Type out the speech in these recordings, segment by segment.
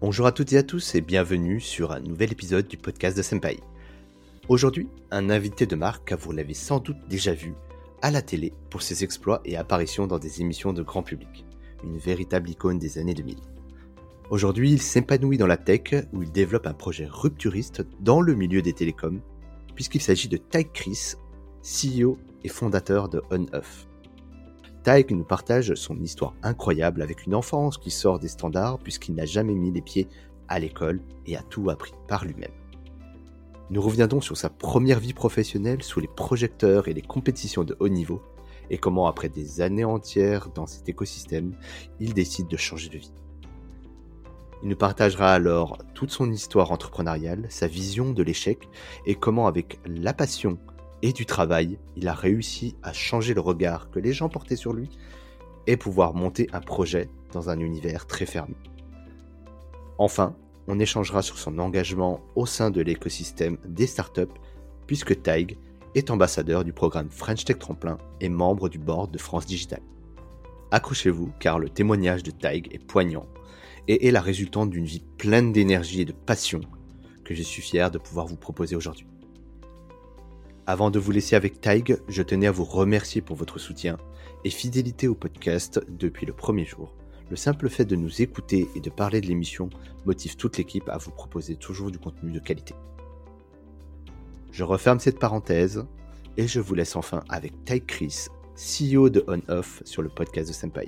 Bonjour à toutes et à tous et bienvenue sur un nouvel épisode du podcast de Senpai. Aujourd'hui, un invité de marque car vous l'avez sans doute déjà vu à la télé pour ses exploits et apparitions dans des émissions de grand public. Une véritable icône des années 2000. Aujourd'hui, il s'épanouit dans la tech où il développe un projet rupturiste dans le milieu des télécoms puisqu'il s'agit de Taïg Chris, CEO et fondateur de OnOff. Taïg nous partage son histoire incroyable avec une enfance qui sort des standards puisqu'il n'a jamais mis les pieds à l'école et a tout appris par lui-même. Nous reviendrons sur sa première vie professionnelle sous les projecteurs et les compétitions de haut niveau et comment après des années entières dans cet écosystème, il décide de changer de vie. Il nous partagera alors toute son histoire entrepreneuriale, sa vision de l'échec et comment avec la passion et du travail, il a réussi à changer le regard que les gens portaient sur lui et pouvoir monter un projet dans un univers très fermé. Enfin, on échangera sur son engagement au sein de l'écosystème des startups puisque Taïg est ambassadeur du programme French Tech Tremplin et membre du board de France Digital. Accrochez-vous car le témoignage de Taïg est poignant et est la résultante d'une vie pleine d'énergie et de passion que je suis fier de pouvoir vous proposer aujourd'hui. Avant de vous laisser avec Taïg, je tenais à vous remercier pour votre soutien et fidélité au podcast depuis le premier jour. Le simple fait de nous écouter et de parler de l'émission motive toute l'équipe à vous proposer toujours du contenu de qualité. Je referme cette parenthèse et je vous laisse enfin avec Taïg Chris, CEO de OnOff sur le podcast de Senpai.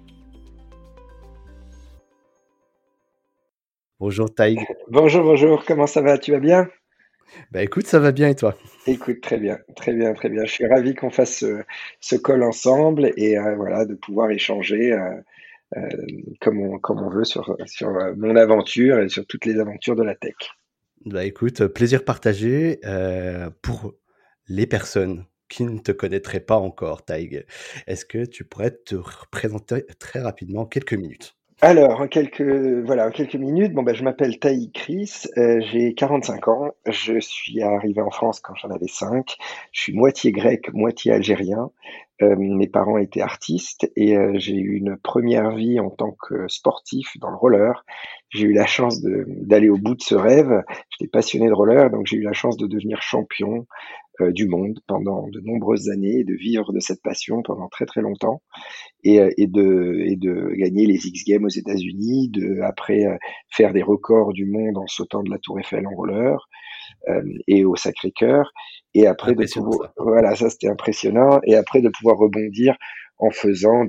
Bonjour Taïg. Bonjour, comment ça va? Tu vas bien? Écoute, ça va bien et toi? Écoute, très bien. Je suis ravi qu'on fasse ce call ensemble et voilà, de pouvoir échanger comme on veut sur mon aventure et sur toutes les aventures de la tech. Écoute, plaisir partagé. Pour les personnes qui ne te connaîtraient pas encore, Taïg, est-ce que tu pourrais te présenter très rapidement en quelques minutes? Alors, en quelques minutes, je m'appelle Taïg Chris, j'ai 45 ans, je suis arrivé en France quand j'en avais 5, je suis moitié grec, moitié algérien. Mes parents étaient artistes et j'ai eu une première vie en tant que sportif dans le roller. J'ai eu la chance d'aller au bout de ce rêve. J'étais passionné de roller, donc j'ai eu la chance de devenir champion du monde pendant de nombreuses années et de vivre de cette passion pendant très, très longtemps et de gagner les X Games aux États-Unis, après faire des records du monde en sautant de la Tour Eiffel en roller et au Sacré-Cœur. Et après de Impressionnant pouvoir, ça. voilà, ça c'était impressionnant. Et après de pouvoir rebondir en faisant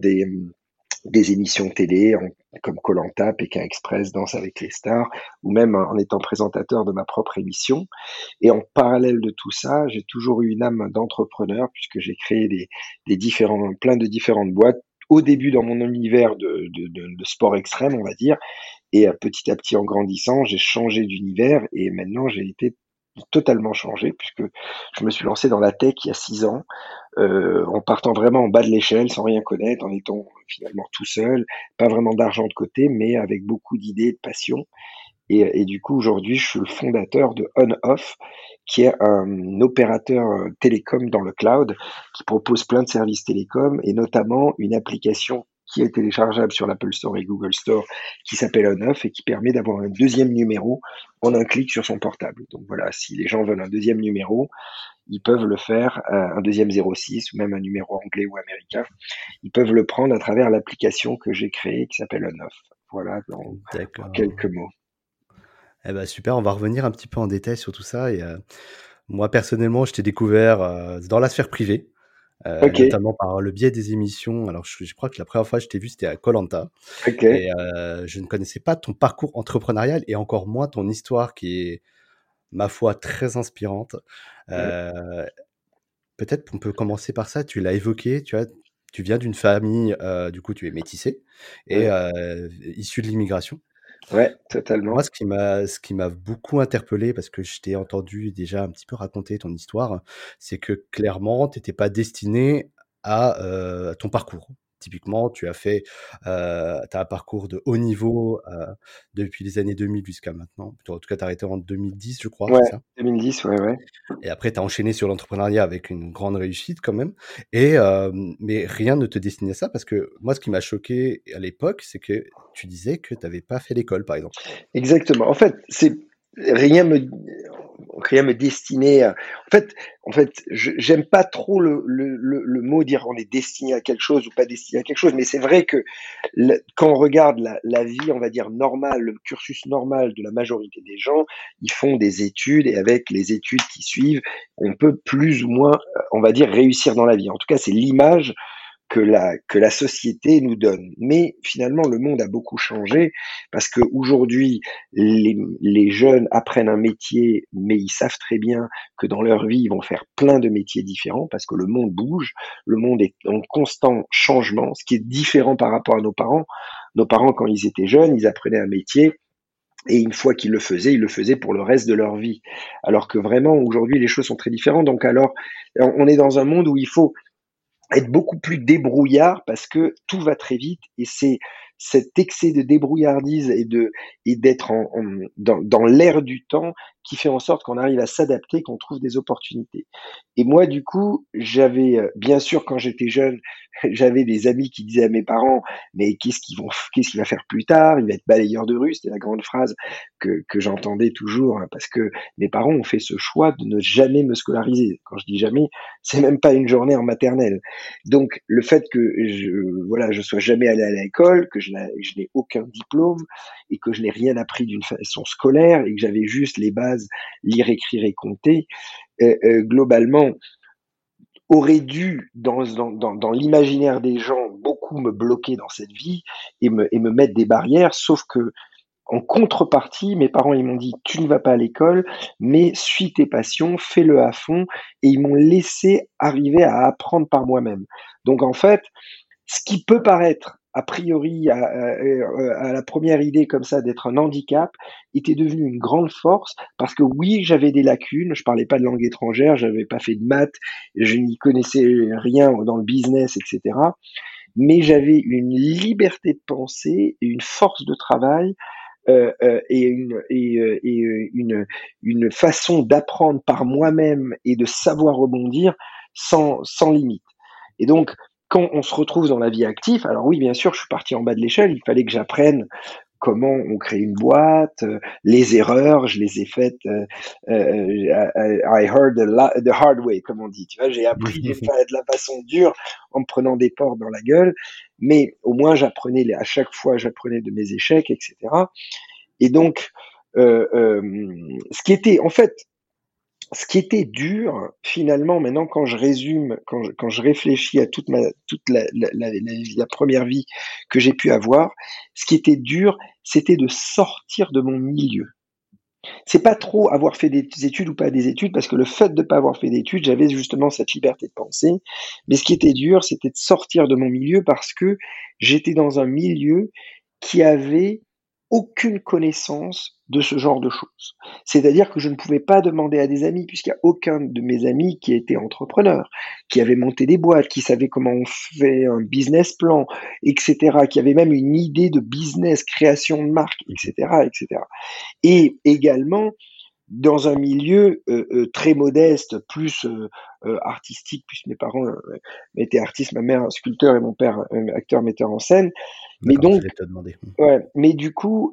des émissions télé comme koh Pékin Express, Danse avec les stars, ou même en étant présentateur de ma propre émission. Et en parallèle de tout ça, j'ai toujours eu une âme d'entrepreneur puisque j'ai créé plein de différentes boîtes au début dans mon univers de sport extrême, on va dire, et petit à petit en grandissant, j'ai changé d'univers et maintenant j'ai été totalement changé puisque je me suis lancé dans la tech il y a 6 ans, en partant vraiment en bas de l'échelle, sans rien connaître, en étant finalement tout seul, pas vraiment d'argent de côté, mais avec beaucoup d'idées et de passion. Et du coup, aujourd'hui, je suis le fondateur de OnOff, qui est un opérateur télécom dans le cloud, qui propose plein de services télécoms et notamment une application qui est téléchargeable sur l'Apple Store et Google Store, qui s'appelle OnOff et qui permet d'avoir un deuxième numéro en un clic sur son portable. Donc voilà, si les gens veulent un deuxième numéro, ils peuvent le faire, un deuxième 06 ou même un numéro anglais ou américain. Ils peuvent le prendre à travers l'application que j'ai créée qui s'appelle OnOff. Voilà, en D'accord. quelques mots. Super, on va revenir un petit peu en détail sur tout ça et moi personnellement, je t'ai découvert, dans la sphère privée, Ok, notamment par le biais des émissions. Alors je crois que la première fois que je t'ai vu, c'était à koh ok. et je ne connaissais pas ton parcours entrepreneurial et encore moins ton histoire qui est, ma foi, très inspirante. Heu, Peut-être qu'on peut commencer par ça. Tu l'as évoqué, tu vois? Tu viens d'une famille, du coup, tu es métissé et Ouais, issu de l'immigration. ouais, Moi, totalement. ce qui m'a beaucoup interpellé, parce que je t'ai entendu déjà un petit peu raconter ton histoire, c'est que clairement, tu étais pas destiné à ton parcours. typiquement, tu as fait, tu un parcours de haut niveau, depuis les années 2000 jusqu'à maintenant. En tout cas, tu as arrêté en 2010, je crois, Ouais, c'est ça? 2010, ouais, ouais. Et après, tu as enchaîné sur l'entrepreneuriat avec une grande réussite quand même mais rien ne te destinait à ça parce que moi, ce qui m'a choqué à l'époque, c'est que tu disais que tu avais pas fait l'école, par exemple. Exactement. En fait, c'est rien me rien me destinait à en fait, j'aime pas trop le mot dire on est destiné à quelque chose ou pas destiné à quelque chose, mais c'est vrai que quand on regarde la vie, on va dire normale, le cursus normal de la majorité des gens, ils font des études et avec les études qui suivent, on peut plus ou moins, on va dire réussir dans la vie. En tout cas, c'est l'image que la société nous donne. Mais finalement, le monde a beaucoup changé parce qu'aujourd'hui, les jeunes apprennent un métier, mais ils savent très bien que dans leur vie, ils vont faire plein de métiers différents parce que le monde bouge, le monde est en constant changement, ce qui est différent par rapport à nos parents. Nos parents, quand ils étaient jeunes, ils apprenaient un métier. Et une fois qu'ils le faisaient, ils le faisaient pour le reste de leur vie. Alors que vraiment, aujourd'hui, les choses sont très différentes. Donc alors, on est dans un monde où il faut être beaucoup plus débrouillard parce que tout va très vite et c'est cet excès de débrouillardise et d'être dans l'air du temps qui fait en sorte qu'on arrive à s'adapter, qu'on trouve des opportunités. Et moi, du coup, j'avais, bien sûr, quand j'étais jeune, j'avais des amis qui disaient à mes parents, mais qu'est-ce qu'il va faire plus tard? Il va être balayeur de rue. C'était la grande phrase que j'entendais toujours, hein, parce que mes parents ont fait ce choix de ne jamais me scolariser. Quand je dis jamais, c'est même pas une journée en maternelle. Donc, le fait que je sois jamais allé à l'école, que je n'ai aucun diplôme et que je n'ai rien appris d'une façon scolaire et que j'avais juste les bases, lire, écrire et compter, globalement, aurait dû, dans l'imaginaire des gens, beaucoup me bloquer dans cette vie et me mettre des barrières, sauf que en contrepartie, mes parents, ils m'ont dit: «Tu ne vas pas à l'école, mais suis tes passions, fais-le à fond» et ils m'ont laissé arriver à apprendre par moi-même. Donc en fait, ce qui peut paraître a priori à la première idée comme ça d'être un handicap, était devenu une grande force parce que oui, j'avais des lacunes, je parlais pas de langue étrangère, j'avais pas fait de maths, je n'y connaissais rien dans le business et cetera, mais j'avais une liberté de penser et une force de travail une façon d'apprendre par moi-même et de savoir rebondir sans limite. Et donc, quand on se retrouve dans la vie active, alors oui, bien sûr, je suis parti en bas de l'échelle, il fallait que j'apprenne comment on crée une boîte, les erreurs, je les ai faites, I heard the hard way, comme on dit. Tu vois, j'ai appris de la façon dure en me prenant des portes dans la gueule, mais au moins j'apprenais à chaque fois, j'apprenais de mes échecs, etc. Et donc, ce qui était, en fait, ce qui était dur, finalement, maintenant, quand je résume, quand je réfléchis à toute la première vie que j'ai pu avoir, ce qui était dur, c'était de sortir de mon milieu. C'est pas trop avoir fait des études ou pas des études, parce que le fait de pas avoir fait d'études, j'avais justement cette liberté de penser. Mais ce qui était dur, c'était de sortir de mon milieu parce que j'étais dans un milieu qui avait aucune connaissance de ce genre de choses. C'est-à-dire que je ne pouvais pas demander à des amis, puisqu'il n'y a aucun de mes amis qui était entrepreneur, qui avait monté des boîtes, qui savait comment on fait un business plan, etc., qui avait même une idée de business, création de marque, etc., etc. Et également, dans un milieu très modeste, plus artistique, puisque mes parents étaient artistes, ma mère sculpteur et mon père acteur, metteur en scène. Mais D'accord, donc, j'allais te demander. ouais, mais du coup,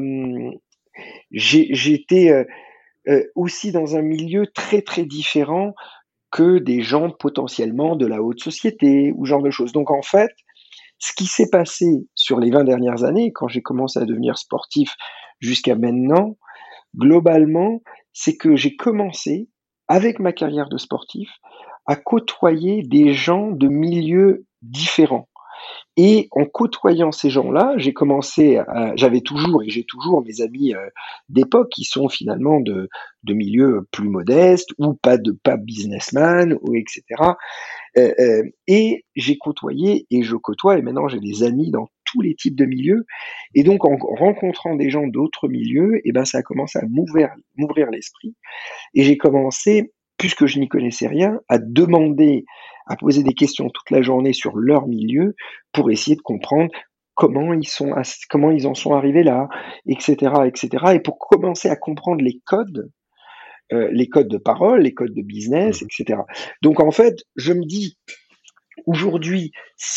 j'étais aussi dans un milieu très très différent que des gens potentiellement de la haute société ou ce genre de choses. Donc en fait, ce qui s'est passé sur les 20 dernières années, quand j'ai commencé à devenir sportif jusqu'à maintenant, globalement, c'est que j'ai commencé, avec ma carrière de sportif, à côtoyer des gens de milieux différents. Et en côtoyant ces gens-là, j'avais toujours et j'ai toujours mes amis d'époque qui sont finalement de milieux plus modestes ou pas businessman ou etc. Et j'ai côtoyé et je côtoie et maintenant j'ai des amis dans tous les types de milieux. Et donc en rencontrant des gens d'autres milieux, et ben ça a commencé à m'ouvrir l'esprit et j'ai commencé puisque je n'y connaissais rien, à demander, à poser des questions toute la journée sur leur milieu pour essayer de comprendre comment ils en sont arrivés là, etc., etc., et pour commencer à comprendre les codes de parole, les codes de business, Mmh. etc. Donc en fait, je me dis aujourd'hui,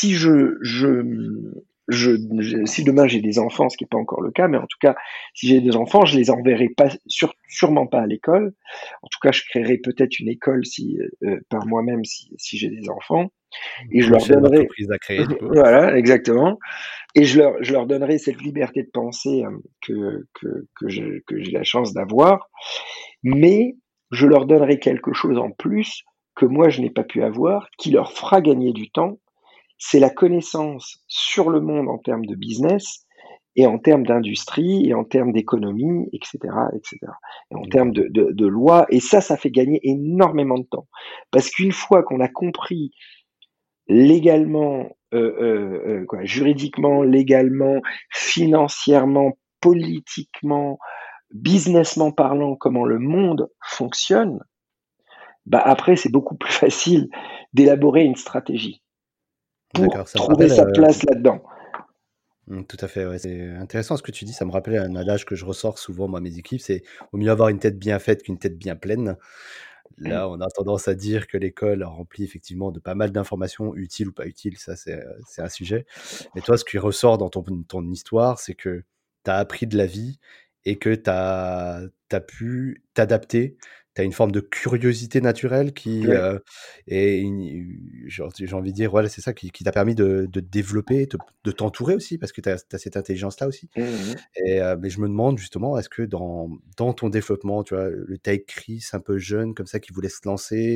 si demain j'ai des enfants, ce qui n'est pas encore le cas, mais en tout cas, si j'ai des enfants, je les enverrai pas, sûrement pas à l'école. En tout cas, je créerai peut-être une école par moi-même si j'ai des enfants, et je leur Prochaine donnerai, entreprise à créer du coup. voilà, exactement, et je leur donnerai cette liberté de penser que j'ai la chance d'avoir, mais je leur donnerai quelque chose en plus que moi je n'ai pas pu avoir, qui leur fera gagner du temps, c'est la connaissance sur le monde en termes de business et en termes d'industrie et en termes d'économie, etc., etc. Et en termes Waouh! de loi. Et ça fait gagner énormément de temps. Parce qu'une fois qu'on a compris légalement, juridiquement, légalement, financièrement, politiquement, businessment parlant, comment le monde fonctionne, bah après, c'est beaucoup plus facile d'élaborer une stratégie pour D'accord, ça me trouver rappelle, sa place là-dedans. tout à fait, ouais, c'est intéressant ce que tu dis, ça me rappelle un adage que je ressors souvent moi à mes équipes, c'est: «Vaut mieux avoir une tête bien faite qu'une tête bien pleine». Là, on a tendance à dire que l'école remplit effectivement de pas mal d'informations, utiles ou pas utiles, ça c'est un sujet. Mais toi, ce qui ressort dans ton histoire, c'est que tu as appris de la vie et que tu as pu t'adapter. Tu as une forme de curiosité naturelle qui, Ouais. est une j'ai envie de dire, voilà, c'est ça qui t'a permis de te développer, de t'entourer aussi parce que tu as cette intelligence-là aussi. Mmh mh. Mais je me demande justement, est-ce que dans ton développement, tu vois, le tu as écrit, c'est un peu jeune comme ça qui voulait se lancer,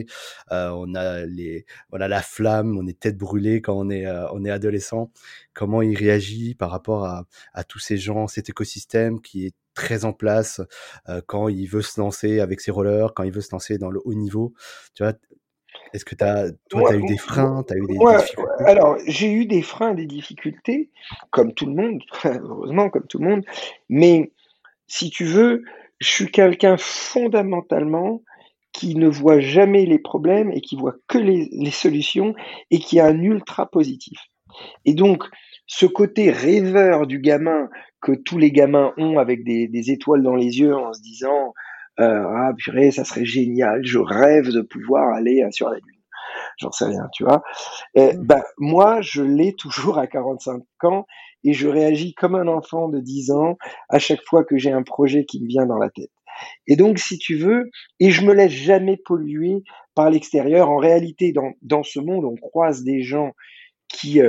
on a la flamme, on est tête brûlée quand on est adolescent. Comment il réagit par rapport à tous ces gens, cet écosystème qui est très en place, quand il veut se lancer avec ses rollers, quand il veut se lancer dans le haut niveau, tu vois? Est-ce que toi, tu Moi as eu des freins, tu as eu des moi difficultés? alors j'ai eu des freins, des difficultés, comme tout le monde, heureusement comme tout le monde, mais si tu veux, je suis quelqu'un fondamentalement qui ne voit jamais les problèmes et qui voit que les solutions et qui a un ultra positif. Et donc, ce côté rêveur du gamin que tous les gamins ont avec des étoiles dans les yeux en se disant ah purée, ça serait génial, je rêve de pouvoir aller sur la Lune. J'en sais rien, tu vois. Mmh. Ben, moi, je l'ai toujours à 45 ans et je réagis comme un enfant de 10 ans à chaque fois que j'ai un projet qui me vient dans la tête. Et donc, si tu veux, et je me laisse jamais polluer par l'extérieur. En réalité, dans ce monde, on croise des gens qui,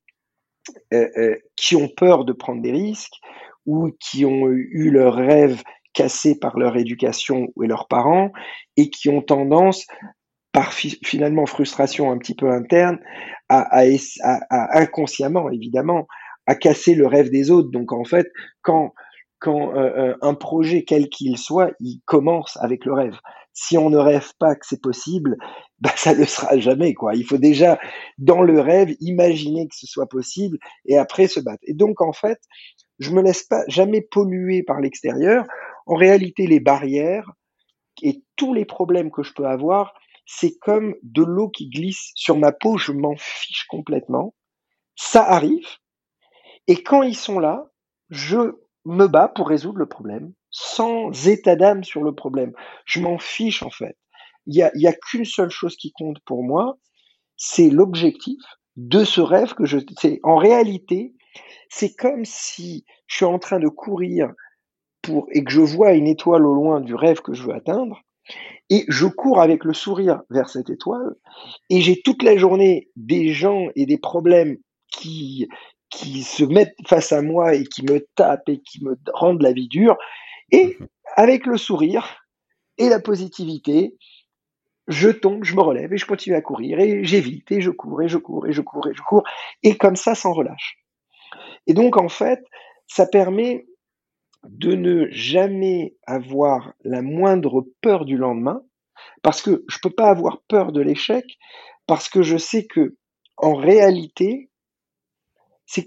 qui ont peur de prendre des risques ou qui ont eu leurs rêves cassés par leur éducation et leurs parents et qui ont tendance, par finalement frustration un petit peu interne, à inconsciemment évidemment, à casser le rêve des autres. Donc en fait, quand un projet quel qu'il soit, il commence avec le rêve. Si on ne rêve pas que c'est possible, bah, ça ne le sera jamais, quoi. Il faut déjà, dans le rêve, imaginer que ce soit possible et après se battre. Et donc en fait, je me laisse pas jamais polluer par l'extérieur. En réalité, les barrières et tous les problèmes que je peux avoir, c'est comme de l'eau qui glisse sur ma peau, je m'en fiche complètement. Ça arrive, et quand ils sont là, je me bats pour résoudre le problème, sans état d'âme sur le problème. Je m'en fiche en fait. Il y a qu'une seule chose qui compte pour moi, c'est l'objectif de ce rêve que je. C'est en réalité, c'est comme si je suis en train de courir et que je vois une étoile au loin du rêve que je veux atteindre. Et je cours avec le sourire vers cette étoile et j'ai toute la journée des gens et des problèmes qui qui se mettent face à moi et qui me tapent et qui me rendent la vie dure, et Mmh. avec le sourire et la positivité, je tombe, je me relève et je continue à courir et j'évite et je cours et je cours et je cours et je cours, et comme ça sans relâche. Et donc en fait, ça permet de ne jamais avoir la moindre peur du lendemain. Parce que je peux pas avoir peur de l'échec, parce que je sais que en réalité, c'est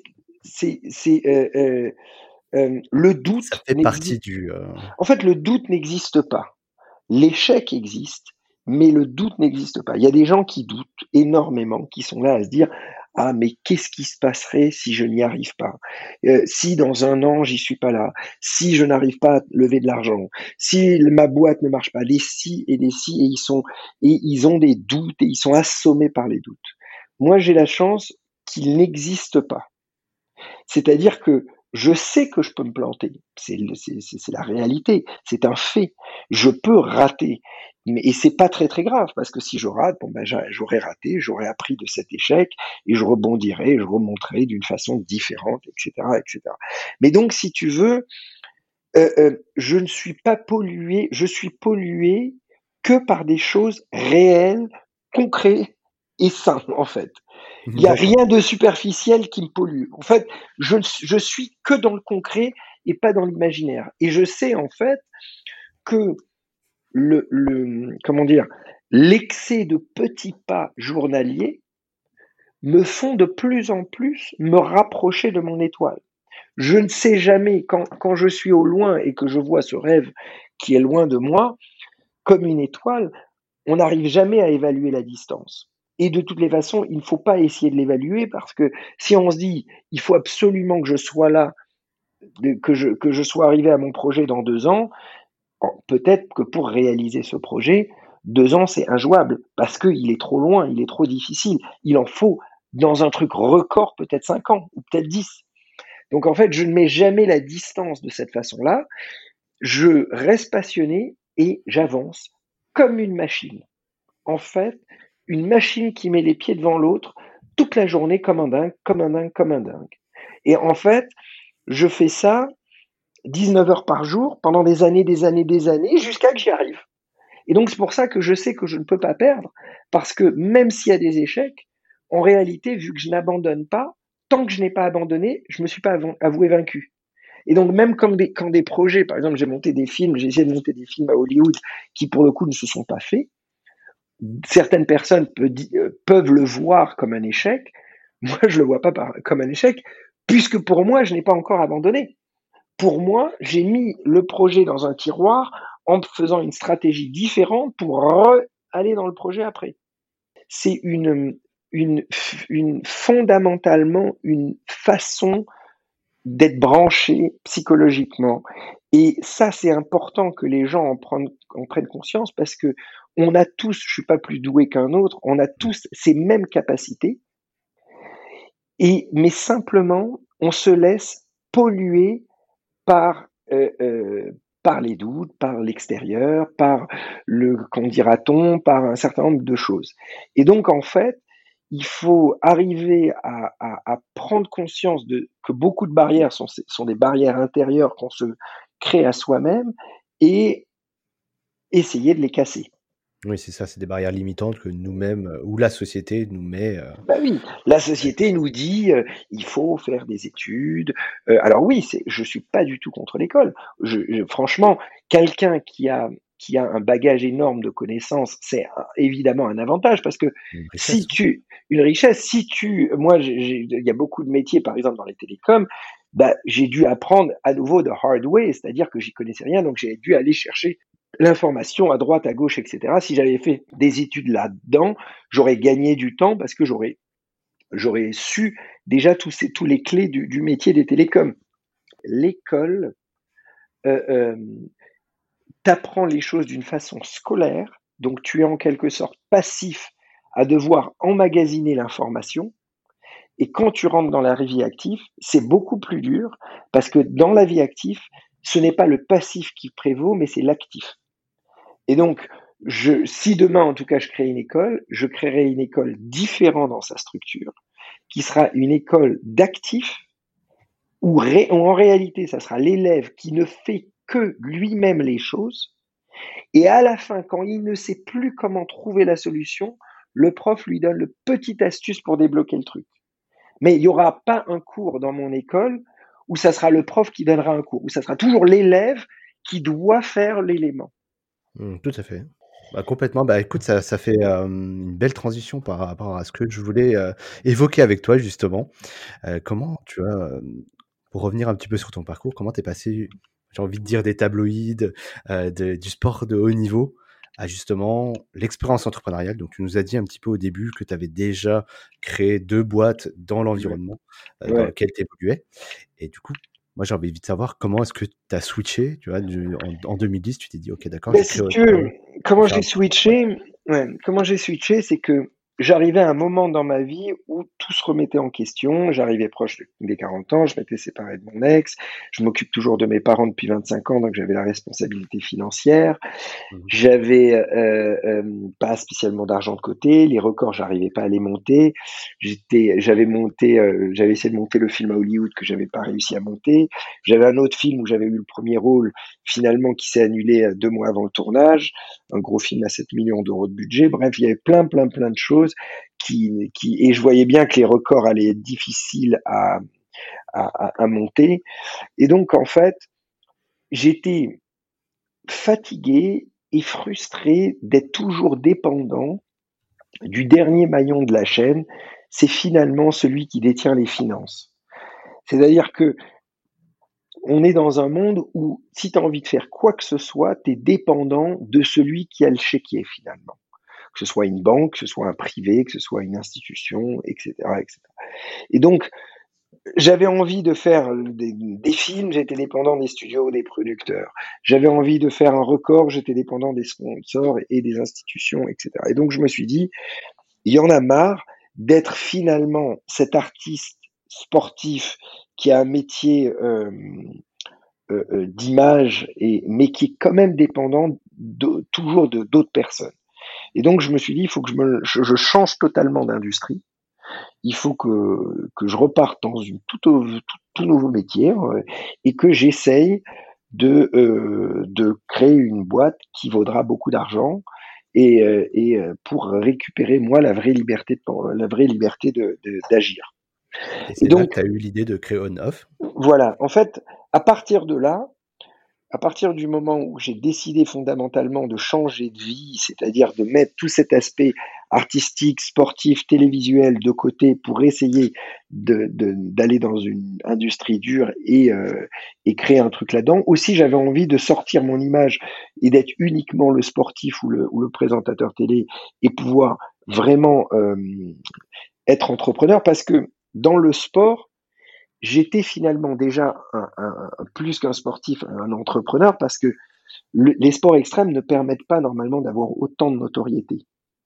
le Ça doute fait partie du, en fait, le doute n'existe pas. L'échec existe mais le doute n'existe pas. Il y a des gens qui doutent énormément, qui sont là à se dire: «Ah mais qu'est-ce qui se passerait si je n'y arrive pas? Si dans 1 an j'y suis pas là? Si je n'arrive pas à lever de l'argent? Si ma boîte ne marche pas?» Des si et des si, et ils ont des doutes et ils sont assommés par les doutes. Moi, j'ai la chance qu'ils n'existent pas. C'est-à-dire que je sais que je peux me planter. C'est la réalité, c'est un fait. Je peux rater, mais et c'est pas très, très grave parce que si je rate, bon, ben, j'aurais raté, j'aurais appris de cet échec et je rebondirai, je remonterai d'une façon différente, et cetera, et cetera. Mais donc si tu veux, je ne suis pas pollué, je suis pollué que par des choses réelles, concrètes et simples, en fait. Il y a D'accord. rien de superficiel qui me pollue. En fait, je suis que dans le concret et pas dans l'imaginaire. Et je sais en fait que comment dire, l'excès de petits pas journaliers me font de plus en plus me rapprocher de mon étoile. Je ne sais jamais quand je suis au loin et que je vois ce rêve qui est loin de moi, comme une étoile, on n'arrive jamais à évaluer la distance. Et de toutes les façons, il ne faut pas essayer de l'évaluer parce que si on se dit, il faut absolument que je sois là, que je sois arrivé à mon projet dans 2 ans, peut-être que pour réaliser ce projet, 2 ans, c'est injouable parce qu'il est trop loin, il est trop difficile. Il en faut, dans un truc record, peut-être 5 ans ou peut-être 10. Donc en fait, je ne mets jamais la distance de cette façon-là. Je reste passionné et j'avance comme une machine. En fait, une machine qui met les pieds devant l'autre toute la journée comme un dingue, comme un dingue, comme un dingue. Et en fait, je fais ça 19 heures par jour pendant des années, des années, des années, jusqu'à que j'y arrive. Et donc c'est pour ça que je sais que je ne peux pas perdre, parce que même s'il y a des échecs, en réalité, vu que je n'abandonne pas, tant que je n'ai pas abandonné, je ne me suis pas avoué vaincu. Et donc même quand des projets, par exemple, j'ai monté des films, j'ai essayé de monter des films à Hollywood qui pour le coup ne se sont pas faits, certaines personnes peuvent le voir comme un échec. Moi, je le vois pas comme un échec, puisque pour moi, je n'ai pas encore abandonné. Pour moi, j'ai mis le projet dans un tiroir en faisant une stratégie différente pour aller dans le projet après. C'est une, fondamentalement une façon d'être branché psychologiquement. Et ça, c'est important que les gens en prennent conscience parce que on a tous, je suis pas plus doué qu'un autre, on a tous ces mêmes capacités. Mais simplement, on se laisse polluer par, par les doutes, par l'extérieur, par le qu'en dira-t-on, par un certain nombre de choses. Et donc en fait, il faut arriver à prendre conscience que beaucoup de barrières sont des barrières intérieures qu'on se crée à soi-même et essayer de les casser. Oui, c'est ça, c'est des barrières limitantes que nous-mêmes, ou la société nous met, Bah oui, la ouais. société nous dit, il faut faire des études. Alors oui, je suis pas du tout contre l'école. Franchement, quelqu'un qui a un bagage énorme de connaissances, c'est évidemment un avantage parce que Une si richesse. tu une richesse, si tu moi il y a beaucoup de métiers, par exemple dans les télécoms, bah, j'ai dû apprendre à nouveau the hard way, c'est-à-dire que j'y connaissais rien, donc j'ai dû aller chercher l'information à droite, à gauche, et cetera. Si j'avais fait des études là-dedans, j'aurais gagné du temps parce que j'aurais su déjà tous les clés du métier des télécoms. L'école t'apprend les choses d'une façon scolaire, donc tu es en quelque sorte passif à devoir emmagasiner l'information. Et quand tu rentres dans la vie active, c'est beaucoup plus dur parce que dans la vie active, ce n'est pas le passif qui prévaut, mais c'est l'actif. Et donc, si demain, en tout cas, je crée une école, je créerai une école différente dans sa structure, qui sera une école d'actifs, où en réalité, ça sera l'élève qui ne fait que lui-même les choses. Et à la fin, quand il ne sait plus comment trouver la solution, le prof lui donne le petit astuce pour débloquer le truc. Mais il n'y aura pas un cours dans mon école où ça sera le prof qui donnera un cours, où ça sera toujours l'élève qui doit faire l'élément. Tout à fait. Bah, complètement. Bah, écoute, ça fait, une belle transition par rapport à ce que je voulais, évoquer avec toi justement. Comment tu as, pour revenir un petit peu sur ton parcours, comment tu es passé, j'ai envie de dire des tabloïds, du sport de haut niveau à justement l'expérience entrepreneuriale. Donc, tu nous as dit un petit peu au début que tu avais déjà créé 2 boîtes dans Ouais, l'environnement, dans ouais. lequel tu évoluais et du coup, moi, j'ai envie vite de savoir comment est-ce que tu as switché, tu vois, en 2010, tu t'es dit: «OK, d'accord, Ben je si crée autre tu veux, chose, je vais comment faire j'ai un truc». switché, ouais, comment j'ai switché, c'est que j'arrivais à un moment dans ma vie où tout se remettait en question. J'arrivais proche des 40 ans, je m'étais séparé de mon ex, je m'occupe toujours de mes parents depuis 25 ans, donc j'avais la responsabilité financière. Mmh. J'avais, pas spécialement d'argent de côté, les records, j'arrivais pas à les monter. J'avais essayé de monter le film à Hollywood que j'avais pas réussi à monter. J'avais un autre film où j'avais eu le premier rôle, finalement, qui s'est annulé, 2 mois avant le tournage. Un gros film à 7 millions d'euros de budget. Bref, il y avait plein de choses et je voyais bien que les records allaient être difficiles à monter et donc en fait, j'étais fatigué et frustré d'être toujours dépendant du dernier maillon de la chaîne, c'est finalement celui qui détient les finances. C'est-à-dire que on est dans un monde où si tu as envie de faire quoi que ce soit, tu es dépendant de celui qui a le chéquier finalement. Que ce soit une banque, que ce soit un privé, que ce soit une institution, etc., etc. Et donc, j'avais envie de faire des films, j'étais dépendant des studios, des producteurs. J'avais envie de faire un record, j'étais dépendant des sponsors et des institutions, etc. Et donc je me suis dit, il y en a marre d'être finalement cet artiste sportif qui a un métier d'image, mais qui est quand même dépendant toujours de d'autres personnes. Et donc je me suis dit, il faut que je change totalement d'industrie, il faut que je reparte dans tout nouveau métier et que j'essaye de créer une boîte qui vaudra beaucoup d'argent pour récupérer moi la vraie liberté d'agir. Et Et c'est là que donc tu as eu l'idée de créer On-Off? voilà, en fait, à partir de là, à partir du moment où j'ai décidé fondamentalement de changer de vie, c'est-à-dire de mettre tout cet aspect artistique, sportif, télévisuel de côté pour essayer d'aller dans une industrie dure et créer un truc là-dedans. Aussi, j'avais envie de sortir mon image et d'être uniquement le sportif ou le présentateur télé et pouvoir vraiment être entrepreneur parce que dans le sport, j'étais finalement déjà plus qu'un sportif, un entrepreneur parce que les sports extrêmes ne permettent pas normalement d'avoir autant de notoriété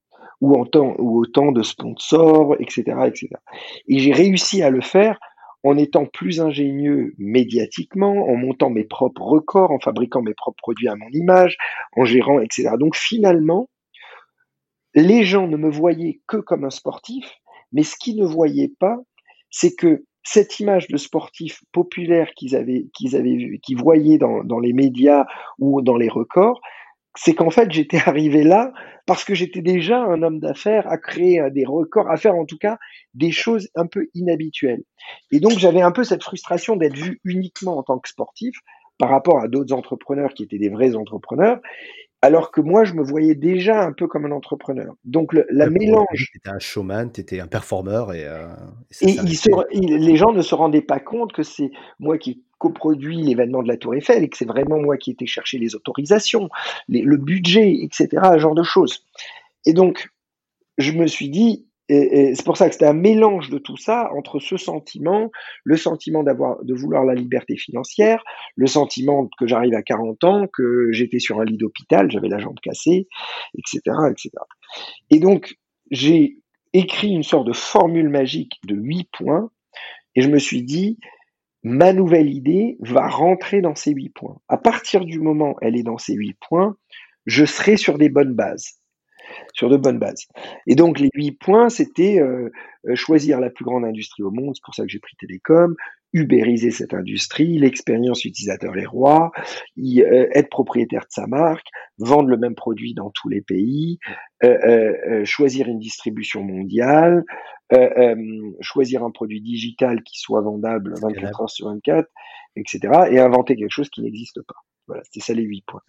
ou autant de sponsors, etc., etc. Et j'ai réussi à le faire en étant plus ingénieux médiatiquement, en montant mes propres records, en fabriquant mes propres produits à mon image, en gérant, etc. Donc finalement, les gens ne me voyaient que comme un sportif, mais ce qu'ils ne voyaient pas, c'est que cette image de sportif populaire qu'ils voyaient dans les médias ou dans les records, c'est qu'en fait, j'étais arrivé là parce que j'étais déjà un homme d'affaires à créer des records, à faire en tout cas des choses un peu inhabituelles. Et donc, j'avais un peu cette frustration d'être vu uniquement en tant que sportif par rapport à d'autres entrepreneurs qui étaient des vrais entrepreneurs alors que moi, je me voyais déjà un peu comme un entrepreneur. Donc la Ouais, pour eux, pour eux, mélange tu étais un showman, tu étais un performeur et ça et s'arrêtait. les gens ne se rendaient pas compte que c'est moi qui coproduis l'événement de la Tour Eiffel et que c'est vraiment moi qui étais chercher les autorisations, le budget, etc., ce genre de choses. Et donc, je me suis dit, et c'est pour ça que c'était un mélange de tout ça, entre ce sentiment, le sentiment de vouloir la liberté financière, le sentiment que j'arrive à 40 ans, que j'étais sur un lit d'hôpital, j'avais la jambe cassée, etc., etc. Et donc, j'ai écrit une sorte de formule magique de 8 points et je me suis dit, ma nouvelle idée va rentrer dans ces 8 points. À partir du moment où elle est dans ces 8 points, je serai sur des bonnes bases sur de bonnes bases. Et donc les 8 points, c'était choisir la plus grande industrie au monde, c'est pour ça que j'ai pris télécom, ubériser cette industrie, l'expérience utilisateur est roi, être propriétaire de sa marque, vendre le même produit dans tous les pays, choisir une distribution mondiale, choisir un produit digital qui soit vendable 24 Scalable. heures sur 24, etc. Et inventer quelque chose qui n'existe pas. Voilà, c'était ça les 8 points.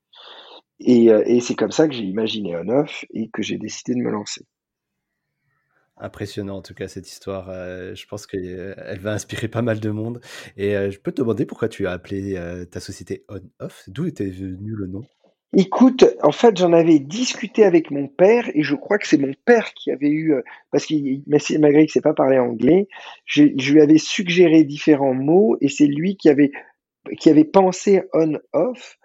Et c'est comme ça que j'ai imaginé On-Off et que j'ai décidé de me lancer. Impressionnant en tout cas cette histoire, je pense qu'elle va inspirer pas mal de monde et je peux te demander pourquoi tu as appelé, ta société On-Off? D'où était venu le nom? Écoute, en fait, j'en avais discuté avec mon père et je crois que c'est mon père qui avait eu, parce malgré qu'il ne sait pas parler anglais, je lui avais suggéré différents mots et c'est lui qui avait pensé on-off.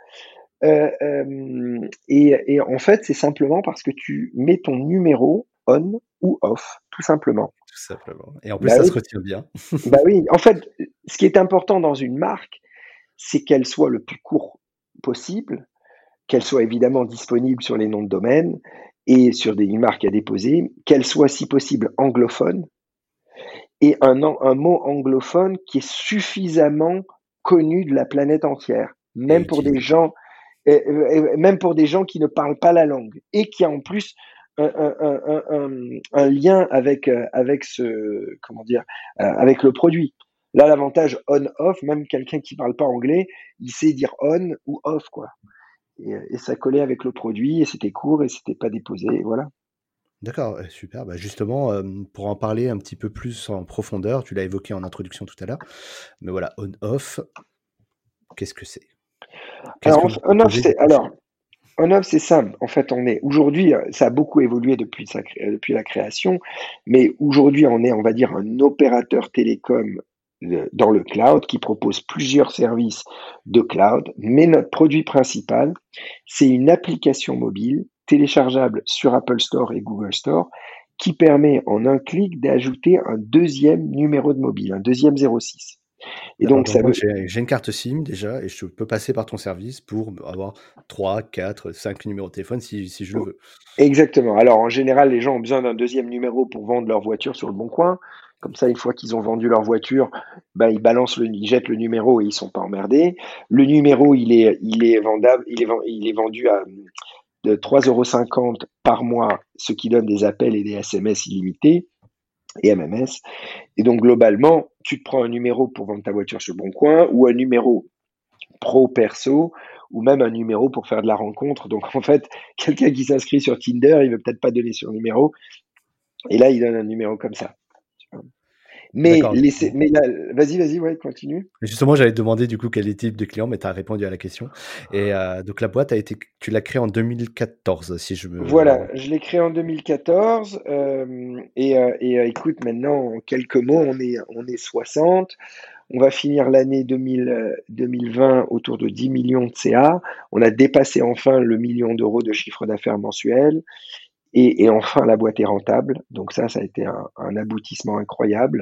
Et en fait, c'est simplement parce que tu mets ton numéro on ou off, tout simplement. Tout simplement. Et en plus, Bah ça oui, se retient bien. bah oui. En fait, ce qui est important dans une marque, c'est qu'elle soit le plus court possible, qu'elle soit évidemment disponible sur les noms de domaine et sur des marques à déposer, qu'elle soit si possible anglophone et un mot anglophone qui est suffisamment connu de la planète entière, Et même pour des utiliser. gens, même pour des gens qui ne parlent pas la langue et qui a en plus un lien avec comment dire, avec le produit. Là, l'avantage on-off, même quelqu'un qui parle pas anglais, il sait dire on ou off, quoi. Et ça collait avec le produit et c'était court et c'était pas déposé, et voilà. D'accord, super. Bah, justement, pour en parler un petit peu plus en profondeur, tu l'as évoqué en introduction tout à l'heure, mais voilà, on-off, qu'est-ce que c'est? Qu'est-ce Alors, que vous on-off, proposez du coup chez on-off, c'est simple. En fait, aujourd'hui, ça a beaucoup évolué depuis la création, mais aujourd'hui, on est, on va dire, un opérateur télécom dans le cloud qui propose plusieurs services de cloud, mais notre produit principal, c'est une application mobile téléchargeable sur Apple Store et Google Store qui permet en un clic d'ajouter un deuxième numéro de mobile, un deuxième 06. Et D'accord, donc, donc ça moi veut, j'ai une carte SIM déjà et je peux passer par ton service pour avoir 3, 4, 5 numéros de téléphone si je le veux. Exactement. Alors, en général, les gens ont besoin d'un deuxième numéro pour vendre leur voiture sur le bon coin. Comme ça, une fois qu'ils ont vendu leur voiture, ben, ils jettent le numéro et ils sont pas emmerdés. Le numéro, il est vendable, il est vendu à de 3,50 € par mois, ce qui donne des appels et des SMS illimités et MMS. Et donc, globalement, tu te prends un numéro pour vendre ta voiture sur le bon coin ou un numéro pro perso ou même un numéro pour faire de la rencontre. Donc en fait, quelqu'un qui s'inscrit sur Tinder, il veut peut-être pas donner son numéro et là il donne un numéro comme ça. Mais D'accord, laissez, mais là, vas-y, ouais, continue. justement, j'allais te demander du coup quel est le type de client, mais tu as répondu à la question et donc la boîte a été tu l'as créée en 2014 si je me Voilà, je l'ai créé en 2014 écoute, maintenant en quelques mots, on est 60. On va finir l'année 2020 autour de 10 millions de CA. On a dépassé enfin le million d'euros de chiffre d'affaires mensuel. Et enfin, la boîte est rentable. Donc ça a été un aboutissement incroyable.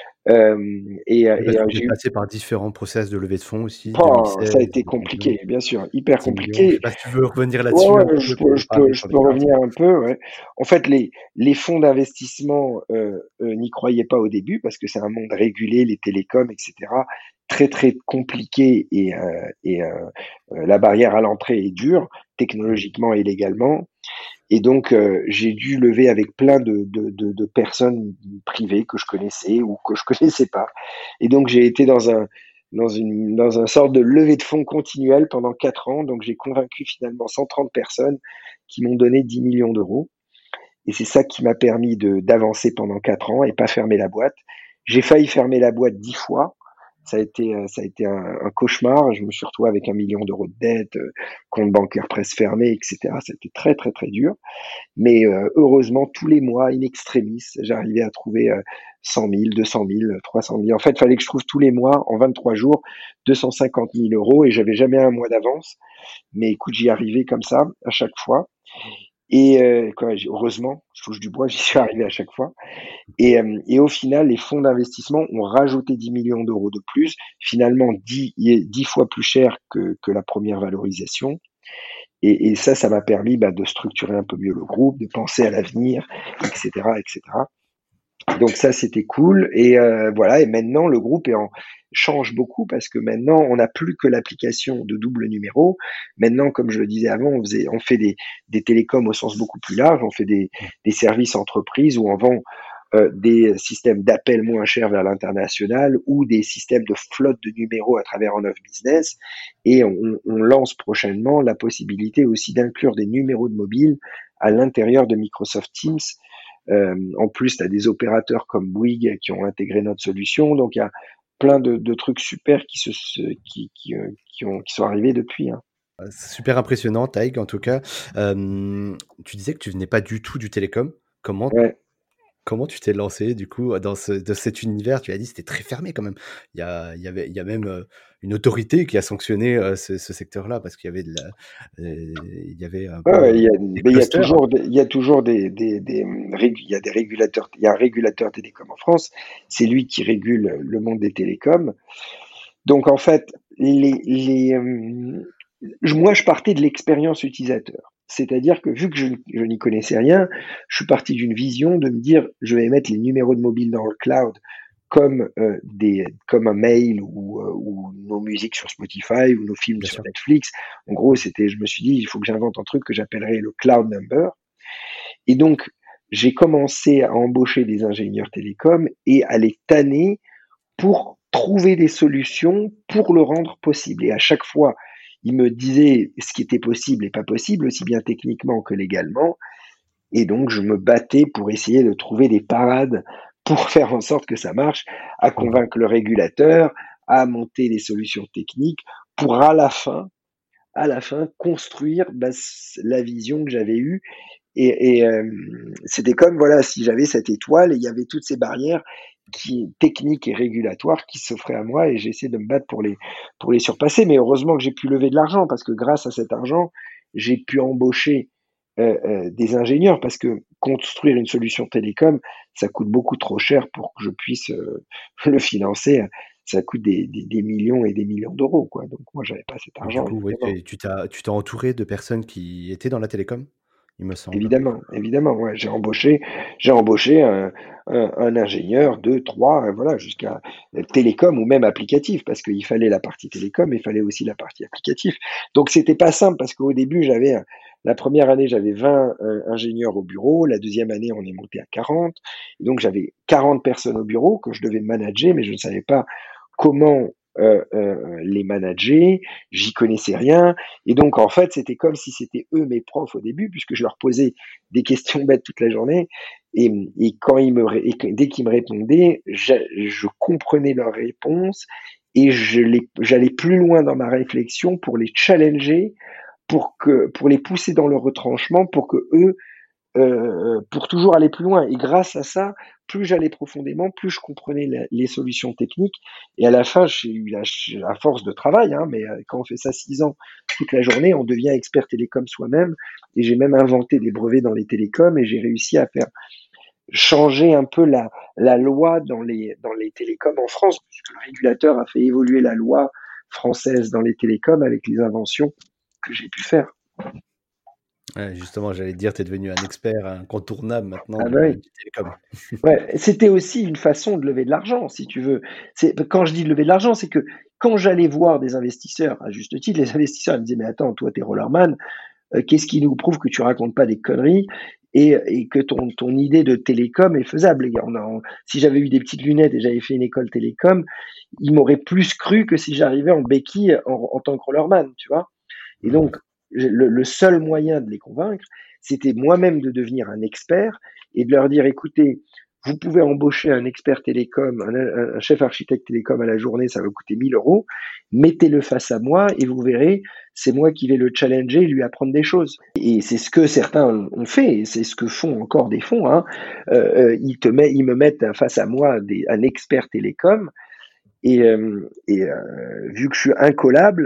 oui, parce que vous J'ai êtes eu, passé par différents process de levée de fonds aussi, ça a 2016, été 10 millions, compliqué, bien sûr, hyper 10 millions. Je compliqué. sais pas si tu veux revenir Ouais, là-dessus un ouais, peu pour parler je ton peux expérience? revenir un peu, ouais. En fait, les fonds d'investissement n'y croyaient pas au début parce que c'est un monde régulé, les télécoms, etc. Très, très compliqué la barrière à l'entrée est dure, Mmh. technologiquement et légalement. Et donc, j'ai dû lever avec plein de personnes privées que je connaissais ou que je connaissais pas. Et donc, j'ai été dans un sorte de levée de fonds continuelle pendant 4 ans. Donc, j'ai convaincu finalement 130 personnes qui m'ont donné 10 millions d'euros. Et c'est ça qui m'a permis d'avancer pendant 4 ans et pas fermer la boîte. J'ai failli fermer la boîte 10 fois. Ça a été un cauchemar. Je me suis retrouvé avec 1 million d'euros de dette, compte bancaire presque fermé, etc. Ça a été très, très, très dur. Mais heureusement, tous les mois, in extremis, j'arrivais à trouver 100 000, 200 000, 300 000. En fait, il fallait que je trouve tous les mois, en 23 jours, 250 000 euros et j'avais jamais un mois d'avance. Mais écoute, j'y arrivais comme ça à chaque fois. Et heureusement, je touche du bois, j'y suis arrivé à chaque fois. Et au final, les fonds d'investissement ont rajouté 10 millions d'euros de plus, finalement 10 fois plus cher que la première valorisation. Et ça m'a permis de structurer un peu mieux le groupe, de penser à l'avenir, etc., etc. Donc ça, c'était cool. Et voilà. Et maintenant, le groupe change beaucoup parce que maintenant, on n'a plus que l'application de double numéro. Maintenant, comme je le disais avant, on fait des télécoms au sens beaucoup plus large. On fait des services entreprises où on vend des systèmes d'appel moins chers vers l'international ou des systèmes de flotte de numéros à travers un off business. Et on lance prochainement la possibilité aussi d'inclure des numéros de mobile à l'intérieur de Microsoft Teams. En plus, tu as des opérateurs comme Bouygues qui ont intégré notre solution. Donc, il y a plein de trucs super qui sont arrivés depuis, hein. C'est super impressionnant, Taïg, en tout cas. Tu disais que tu venais pas du tout du télécom. Comment Ouais. comment tu t'es lancé du coup dans cet univers? Tu as dit c'était très fermé quand même. Il y a même une autorité qui a sanctionné ce secteur-là parce qu'il y avait il y avait un Ouais, peu ouais, des mais clusters. il y a toujours il y a des régulateurs, il y a un régulateur télécom en France, c'est lui qui régule le monde des télécoms. Donc en fait, moi je partais de l'expérience utilisateur. C'est-à-dire que vu que je n'y connaissais rien, je suis parti d'une vision de me dire je vais mettre les numéros de mobile dans le cloud comme un mail ou nos musiques sur Spotify ou nos films Bien sur sûr. Netflix. En gros, je me suis dit, il faut que j'invente un truc que j'appellerais le cloud number. Et donc, j'ai commencé à embaucher des ingénieurs télécoms et à les tanner pour trouver des solutions pour le rendre possible. Et à chaque fois, ils me disaient ce qui était possible et pas possible, aussi bien techniquement que légalement. Et donc, je me battais pour essayer de trouver des parades pour faire en sorte que ça marche, à Mmh. convaincre le régulateur, à monter des solutions techniques pour à la fin construire la vision que j'avais eue. C'était comme voilà, si j'avais cette étoile et il y avait toutes ces barrières techniques et régulatoires qui s'offraient à moi et j'essaie de me battre pour les surpasser. Mais heureusement que j'ai pu lever de l'argent parce que grâce à cet argent, j'ai pu embaucher des ingénieurs parce que construire une solution télécom, ça coûte beaucoup trop cher pour que je puisse le financer. Ça coûte des millions et des millions d'euros, quoi. Donc moi, j'avais pas cet Du argent, coup, oui, évidemment. tu t'es entouré de personnes qui étaient dans la télécom, il me semble. Évidemment, évidemment, ouais. J'ai embauché un ingénieur, deux, trois, voilà, jusqu'à télécom ou même applicatif, parce qu'il fallait la partie télécom, mais il fallait aussi la partie applicatif. Donc c'était pas simple parce qu'au début, la première année, j'avais 20 ingénieurs au bureau. La deuxième année, on est monté à 40. Et donc j'avais 40 personnes au bureau que je devais manager, mais je ne savais pas comment les manager. J'y connaissais rien. Et donc, en fait, c'était comme si c'était eux mes profs au début, puisque je leur posais des questions bêtes toute la journée. Et quand dès qu'ils me répondaient, je comprenais leurs réponses et j'allais plus loin dans ma réflexion pour les challenger, pour les pousser dans le retranchement, pour que eux pour toujours aller plus loin. Et grâce à ça, plus j'allais profondément, plus je comprenais les solutions techniques. Et à la fin, j'ai eu à force de travail, hein, mais quand on fait ça 6 ans toute la journée, on devient expert télécom soi-même. Et j'ai même inventé des brevets dans les télécoms et j'ai réussi à faire changer un peu la loi dans les télécoms en France, puisque le régulateur a fait évoluer la loi française dans les télécoms avec les inventions que j'ai pu faire. Ouais, justement, j'allais te dire, tu es devenu un expert incontournable maintenant Ah ben oui. du télécom. Ouais, c'était aussi une façon de lever de l'argent, si tu veux. Quand je dis de lever de l'argent, c'est que quand j'allais voir des investisseurs, à juste titre, les investisseurs ils me disaient, mais attends, toi, t'es rollerman, qu'est-ce qui nous prouve que tu racontes pas des conneries et que ton idée de télécom est faisable? Si j'avais eu des petites lunettes et j'avais fait une école télécom, ils m'auraient plus cru que si j'arrivais en béquille en tant que rollerman, tu vois. Et Mmh. donc, le seul moyen de les convaincre, c'était moi-même de devenir un expert et de leur dire, écoutez, vous pouvez embaucher un expert télécom, un chef architecte télécom à la journée, ça va vous coûter 1000 euros. Mettez-le face à moi et vous verrez, c'est moi qui vais le challenger et lui apprendre des choses. Et c'est ce que certains ont fait, et c'est ce que font encore des fonds. Hein. Ils me mettent face à moi un expert télécom vu que je suis incollable,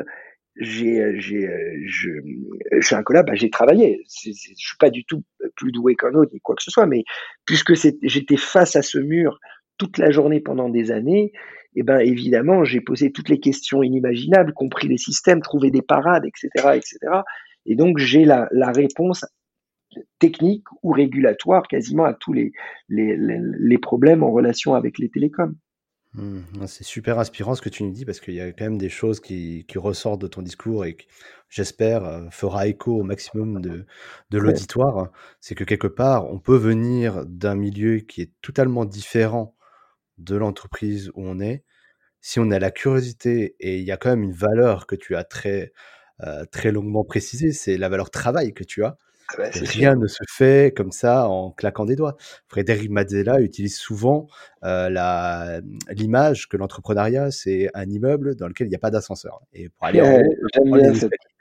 je suis incollable, bah, j'ai travaillé. Je suis pas du tout plus doué qu'un autre ni quoi que ce soit, mais puisque j'étais face à ce mur toute la journée pendant des années, et ben évidemment j'ai posé toutes les questions inimaginables, compris les systèmes, trouvé des parades, etc., etc. Et donc j'ai la réponse technique ou régulatoire quasiment à tous les problèmes en relation avec les télécoms. Mmh. Ah, c'est super inspirant ce que tu nous dis parce qu'il y a quand même des choses qui ressortent de ton discours et qui, j'espère, fera écho au maximum de Ouais. l'auditoire. C'est que quelque part, on peut venir d'un milieu qui est totalement différent de l'entreprise où on est. Si on a la curiosité et il y a quand même une valeur que tu as très longuement précisée, c'est la valeur travail que tu as. Ah bah, Que c'est sûr. rien ne se fait comme ça en claquant des doigts. Frédéric Mazzella utilise souvent, l'image que l'entrepreneuriat, c'est un immeuble dans lequel il y a pas d'ascenseur et pour aller en haut, il faut J'aime prendre bien les cette escaliers.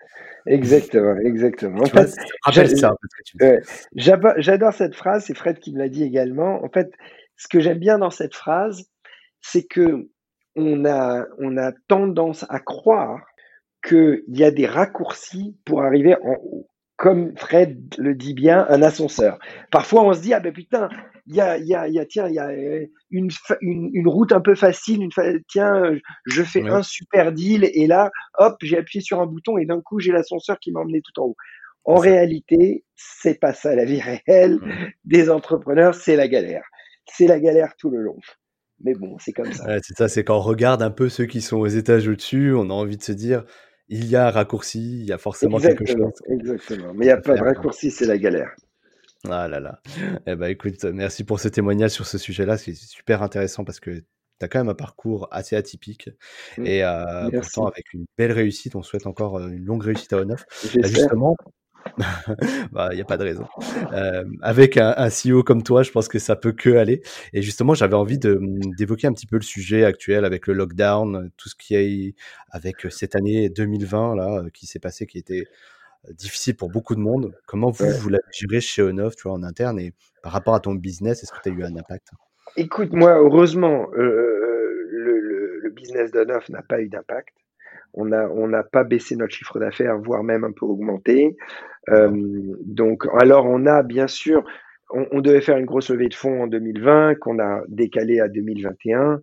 Exactement, exactement. En Tu vois, fait, ça me j'a rappelle ça, parce que tu me dis. ouais, j'adore cette phrase, c'est Fred qui me l'a dit également. En fait, ce que j'aime bien dans cette phrase, c'est qu'on a tendance à croire qu'il y a des raccourcis pour arriver en haut. Comme Fred le dit bien, un ascenseur. Parfois, on se dit, ah ben putain, tiens, il y a une route un peu facile, tiens, je fais Ouais, un super deal, et là, hop, j'ai appuyé sur un bouton, et d'un coup, j'ai l'ascenseur qui m'a emmené tout en haut. c'est En ça. réalité, c'est pas ça la vie réelle Mmh. des entrepreneurs, c'est la galère. C'est la galère tout le long. Mais bon, c'est comme ça. Ouais, c'est ça, c'est quand on regarde un peu ceux qui sont aux étages au-dessus, on a envie de se dire: «Il y a un raccourci, il y a forcément quelque chose Exactement, exactement. Mais il qu'on n'y a peut pas de faire». raccourci, c'est la galère. Ah là là. Eh ben, écoute, merci pour ce témoignage sur ce sujet-là. C'est super intéressant parce que tu as quand même un parcours assez atypique Mmh. et pourtant Merci. avec une belle réussite. On souhaite encore, une longue réussite à O9. Bah, J'espère. justement, bah, il y a pas de raison. Avec un CEO comme toi, je pense que ça peut que aller et justement, j'avais envie d'évoquer un petit peu le sujet actuel avec le lockdown, tout ce qui est avec, cette année 2020 là, qui s'est passée, qui était difficile pour beaucoup de monde. Comment vous, Ouais. vous l'avez géré chez Onov, tu vois, en interne et par rapport à ton business, est-ce que tu as eu un impact? Écoute, moi, heureusement, le business d'Onoff n'a pas eu d'impact. On n'a pas baissé notre chiffre d'affaires, voire même un peu augmenté. D'accord. Donc, alors on a bien sûr, on devait faire une grosse levée de fonds en 2020 qu'on a décalé à 2021.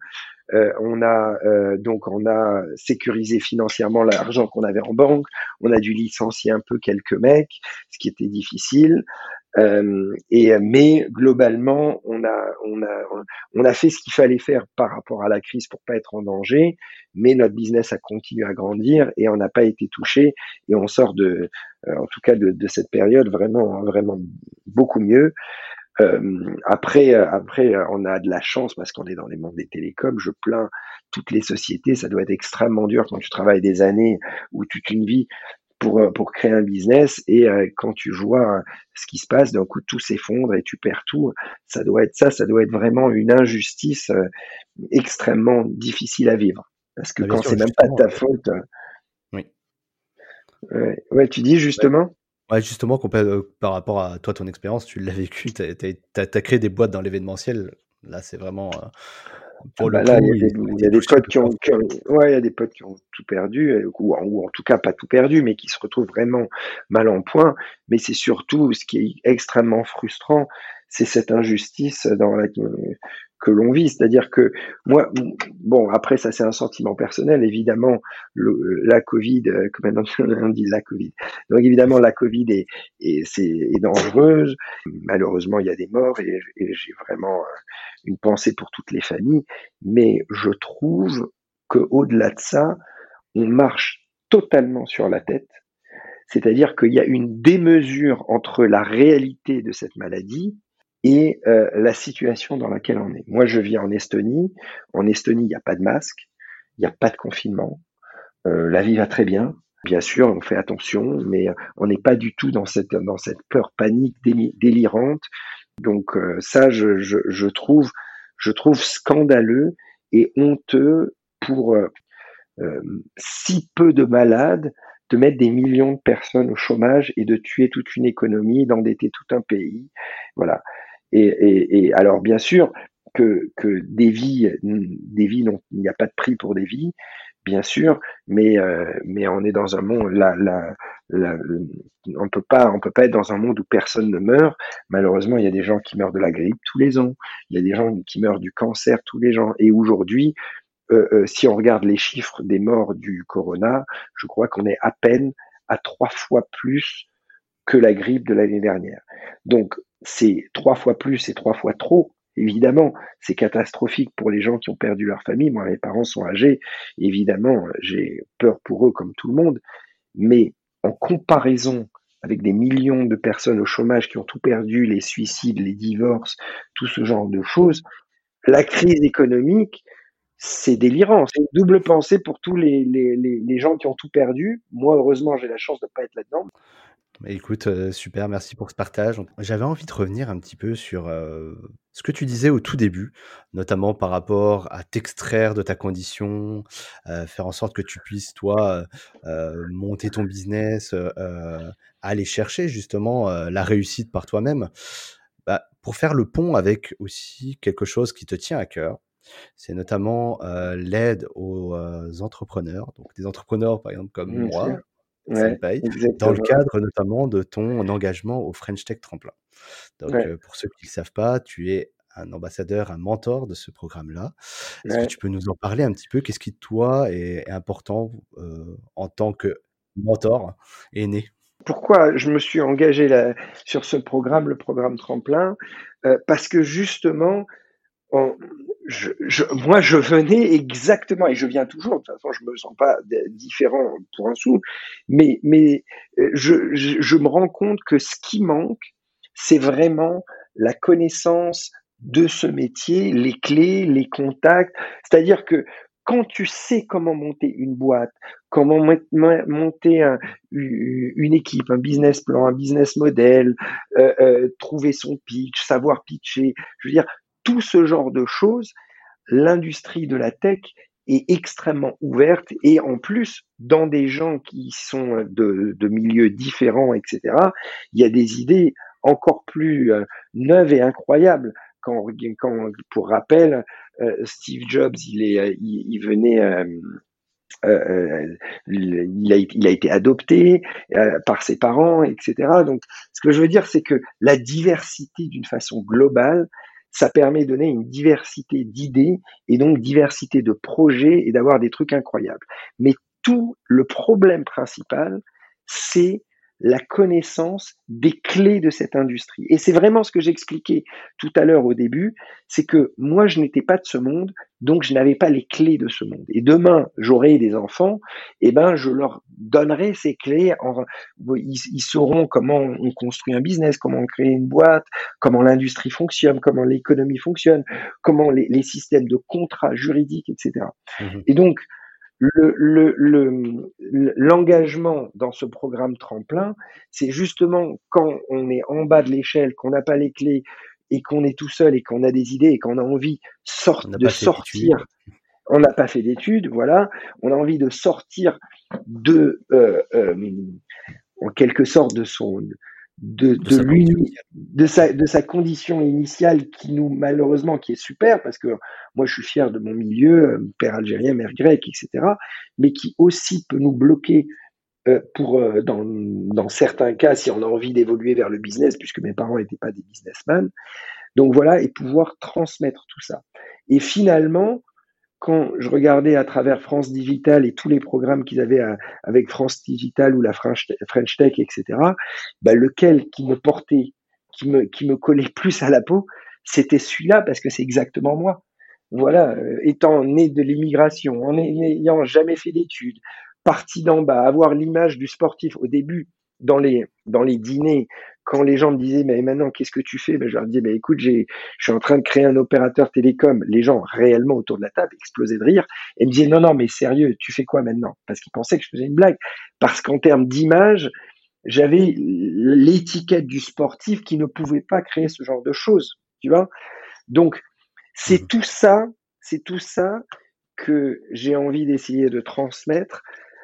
On a sécurisé financièrement l'argent qu'on avait en banque. On a dû licencier un peu quelques mecs, ce qui était difficile. Mais globalement, on a fait ce qu'il fallait faire par rapport à la crise pour pas être en danger, mais notre business a continué à grandir et on n'a pas été touché et on sort en tout cas de cette période vraiment, vraiment beaucoup mieux. Après, on a de la chance parce qu'on est dans les mondes des télécoms. Je plains toutes les sociétés. Ça doit être extrêmement dur quand tu travailles des années ou toute une vie pour créer un business et quand tu vois ce qui se passe, d'un coup tout s'effondre et tu perds tout. Ça doit être vraiment une injustice extrêmement difficile à vivre. Parce que Bah, bien quand sûr, c'est même pas de justement, ta faute, oui. ouais, ouais, tu dis Ouais, justement? ouais, justement par rapport à toi, ton expérience, tu l'as vécu, tu as créé des boîtes dans l'événementiel. Là, c'est vraiment, Ah pour le bah là, coup, ils ont il y été a des touchés potes de plein fouet. ouais, il y a des potes qui ont tout perdu, ou en tout cas pas tout perdu, mais qui se retrouvent vraiment mal en point. Mais c'est surtout ce qui est extrêmement frustrant, c'est cette injustice que l'on vit. C'est-à-dire que moi, bon, après ça c'est un sentiment personnel, évidemment, la Covid, comme maintenant on dit la Covid. Donc évidemment la Covid est dangereuse. Malheureusement, il y a des morts et j'ai vraiment une pensée pour toutes les familles, mais je trouve qu'au-delà de ça, on marche totalement sur la tête. C'est-à-dire qu'il y a une démesure entre la réalité de cette maladie et la situation dans laquelle on est. Moi, je vis en Estonie. En Estonie, il n'y a pas de masque, il n'y a pas de confinement. La vie va très bien. Bien sûr, on fait attention, mais on n'est pas du tout dans cette peur panique délirante. Donc ça, je trouve scandaleux et honteux pour si peu de malades, de mettre des millions de personnes au chômage et de tuer toute une économie, d'endetter tout un pays. Voilà. Et alors, bien sûr, que des vies, il n'y a pas de prix pour des vies, bien sûr, mais on est dans un monde, on peut pas être dans un monde où personne ne meurt. Malheureusement, il y a des gens qui meurent de la grippe tous les ans, il y a des gens qui meurent du cancer tous les ans. Et aujourd'hui, si on regarde les chiffres des morts du corona, je crois qu'on est à peine à 3 fois plus que la grippe de l'année dernière. Donc, c'est 3 fois plus, c'est 3 fois trop. Évidemment, c'est catastrophique pour les gens qui ont perdu leur famille. Moi, mes parents sont âgés. Évidemment, j'ai peur pour eux comme tout le monde. Mais en comparaison avec des millions de personnes au chômage qui ont tout perdu, les suicides, les divorces, tout ce genre de choses, la crise économique, c'est délirant. C'est une double pensée pour tous les gens qui ont tout perdu. Moi, heureusement, j'ai la chance de ne pas être là-dedans. Écoute, super, merci pour ce partage. J'avais envie de revenir un petit peu sur, ce que tu disais au tout début, notamment par rapport à t'extraire de ta condition, faire en sorte que tu puisses toi, monter ton business, aller chercher justement, la réussite par toi-même. Bah, pour faire le pont avec aussi quelque chose qui te tient à cœur, c'est notamment, l'aide aux, entrepreneurs, donc des entrepreneurs par exemple comme C'est moi, ouais, Senpai, dans le exactement. cadre notamment de ton engagement au French Tech Tremplin. Donc, Ouais, pour ceux qui ne le savent pas, tu es un ambassadeur, un mentor de ce programme-là. Est-ce que ouais. tu peux nous en parler un petit peu? Qu'est-ce qui, toi, est important, en tant que mentor aîné? Pourquoi je me suis engagé là sur ce programme, le programme Tremplin? Parce que justement, on moi, je venais exactement et je viens toujours, de toute façon, je me sens pas différent pour un sou, mais je me rends compte que ce qui manque, c'est vraiment la connaissance de ce métier, les clés, les contacts. C'est-à-dire que quand tu sais comment monter une boîte, comment monter une équipe, un business plan, un business model, trouver son pitch, savoir pitcher, je veux dire, tout ce genre de choses, l'industrie de la tech est extrêmement ouverte et en plus, dans des gens qui sont de milieux différents, etc., il y a des idées encore plus neuves et incroyables. Pour rappel, Steve Jobs, il venait, il a été adopté par ses parents, etc. Donc, ce que je veux dire, c'est que la diversité, d'une façon globale, ça permet de donner une diversité d'idées et donc diversité de projets et d'avoir des trucs incroyables. Mais tout le problème principal, c'est la connaissance des clés de cette industrie. Et c'est vraiment ce que j'expliquais tout à l'heure au début, c'est que moi, je n'étais pas de ce monde, donc je n'avais pas les clés de ce monde. Et demain, j'aurai des enfants, et ben je leur donnerai ces clés. Ils sauront comment on construit un business, comment on crée une boîte, comment l'industrie fonctionne, comment l'économie fonctionne, comment les systèmes de contrats juridiques, etc. Mmh. Et donc, l'engagement dans ce programme tremplin, c'est justement quand on est en bas de l'échelle, qu'on n'a pas les clés et qu'on est tout seul et qu'on a des idées et qu'on a envie On n'a de pas fait d'études. sortir, on n'a pas fait d'études, voilà, on a envie de sortir de, en quelque sorte, De sa condition initiale. de sa condition initiale qui nous, malheureusement, qui est super parce que moi, je suis fier de mon milieu, père algérien, mère grecque, etc., mais qui aussi peut nous bloquer dans certains cas, si on a envie d'évoluer vers le business, puisque mes parents n'étaient pas des businessmen. Donc voilà, et pouvoir transmettre tout ça. Et finalement, quand je regardais à travers France Digital et tous les programmes qu'ils avaient avec France Digital ou la French Tech, etc., bah, lequel qui me portait, qui me collait plus à la peau, c'était celui-là parce que c'est exactement moi. Voilà, étant né de l'immigration, en n'ayant jamais fait d'études, parti d'en bas, avoir l'image du sportif au début dans les dîners, quand les gens me disaient mais maintenant qu'est-ce que tu fais, ben, je leur disais ben, écoute, je suis en train de créer un opérateur télécom. Les gens réellement autour de la table explosaient de rire et me disaient non, non, mais sérieux, tu fais quoi maintenant? Parce qu'ils pensaient que je faisais une blague. Parce qu'en termes d'image, j'avais l'étiquette du sportif qui ne pouvait pas créer ce genre de choses. Tu vois? Donc, c'est Mmh. tout ça, c'est tout ça que j'ai envie d'essayer de transmettre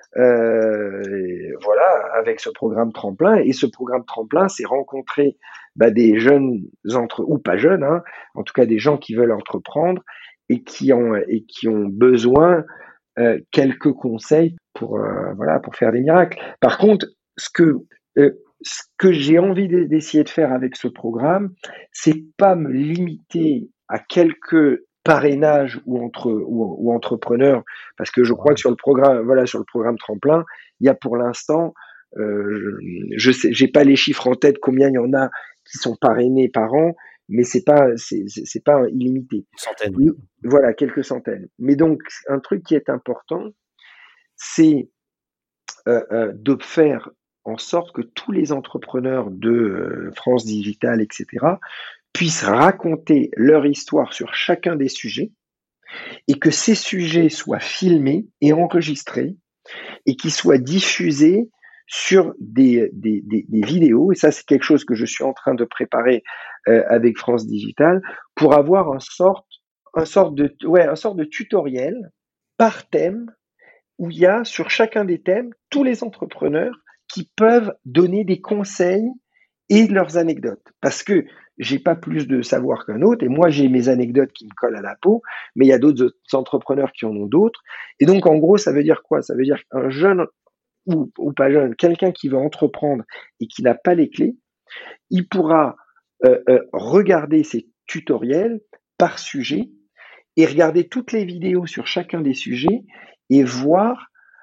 voilà, avec ce programme tremplin. Et ce programme tremplin, c'est rencontrer bah, des jeunes ou pas jeunes, hein, en tout cas des gens qui veulent entreprendre et qui ont besoin quelques conseils pour voilà pour faire des miracles. Par contre, ce que j'ai envie d'essayer de faire avec ce programme, c'est pas me limiter à quelques parrainages ou entrepreneurs, parce que je crois que Ouais. sur le programme, voilà, sur le programme tremplin, il y a pour l'instant, je sais, j'ai pas les chiffres en tête combien il y en a qui sont parrainés par an, mais c'est pas illimité. Une centaine, oui. Oui, voilà, quelques centaines. Mais donc, un truc qui est important, c'est de faire en sorte que tous les entrepreneurs de France Digital, etc., puissent raconter leur histoire sur chacun des sujets et que ces sujets soient filmés et enregistrés et qu'ils soient diffusés sur des vidéos, et ça c'est quelque chose que je suis en train de préparer avec France Digital, pour avoir un sort de tutoriel par thème, où il y a sur chacun des thèmes tous les entrepreneurs qui peuvent donner des conseils et leurs anecdotes. Parce que j'ai pas plus de savoir qu'un autre, et moi j'ai mes anecdotes qui me collent à la peau, mais il y a d'autres entrepreneurs qui en ont d'autres. Et donc en gros, ça veut dire quoi? Ça veut dire qu'un jeune ou pas jeune, quelqu'un qui veut entreprendre et qui n'a pas les clés, il pourra regarder ces tutoriels par sujet et regarder toutes les vidéos sur chacun des sujets et voir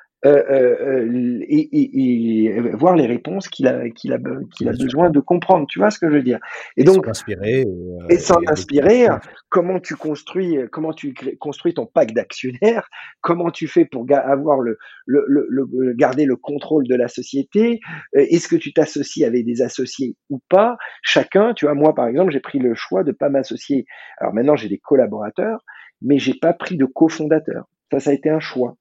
et voir les réponses qu'il a Bien sûr. besoin de comprendre. Tu vois ce que je veux dire? Et Et s'en donc, inspirer et s'en et aller inspirer, comment tu construis ton pack d'actionnaires, comment tu fais pour avoir garder le contrôle de la société, est-ce que tu t'associes avec des associés ou pas? Chacun, tu vois, moi par exemple, j'ai pris le choix de pas m'associer. Alors maintenant, j'ai des collaborateurs, mais j'ai pas pris de cofondateur. Ça a été un choix.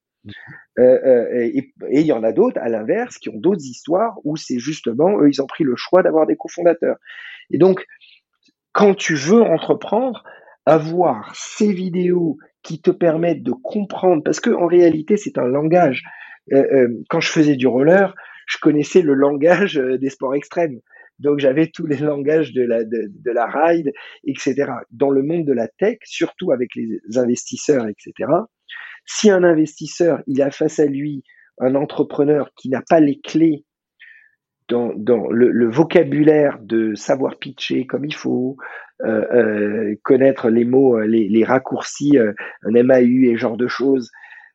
Et il y en a d'autres, à l'inverse, qui ont d'autres histoires où c'est justement, eux, ils ont pris le choix d'avoir des cofondateurs. Et donc, quand tu veux entreprendre, avoir ces vidéos qui te permettent de comprendre, parce que en réalité, c'est un langage. Quand je faisais du roller, je connaissais le langage des sports extrêmes. Donc j'avais tous les langages de la ride, etc. Dans le monde de la tech, surtout avec les investisseurs, etc., si un investisseur, il a face à lui un entrepreneur qui n'a pas les clés dans le vocabulaire de savoir pitcher comme il faut, connaître les mots, les raccourcis, un MAU et ce genre de choses,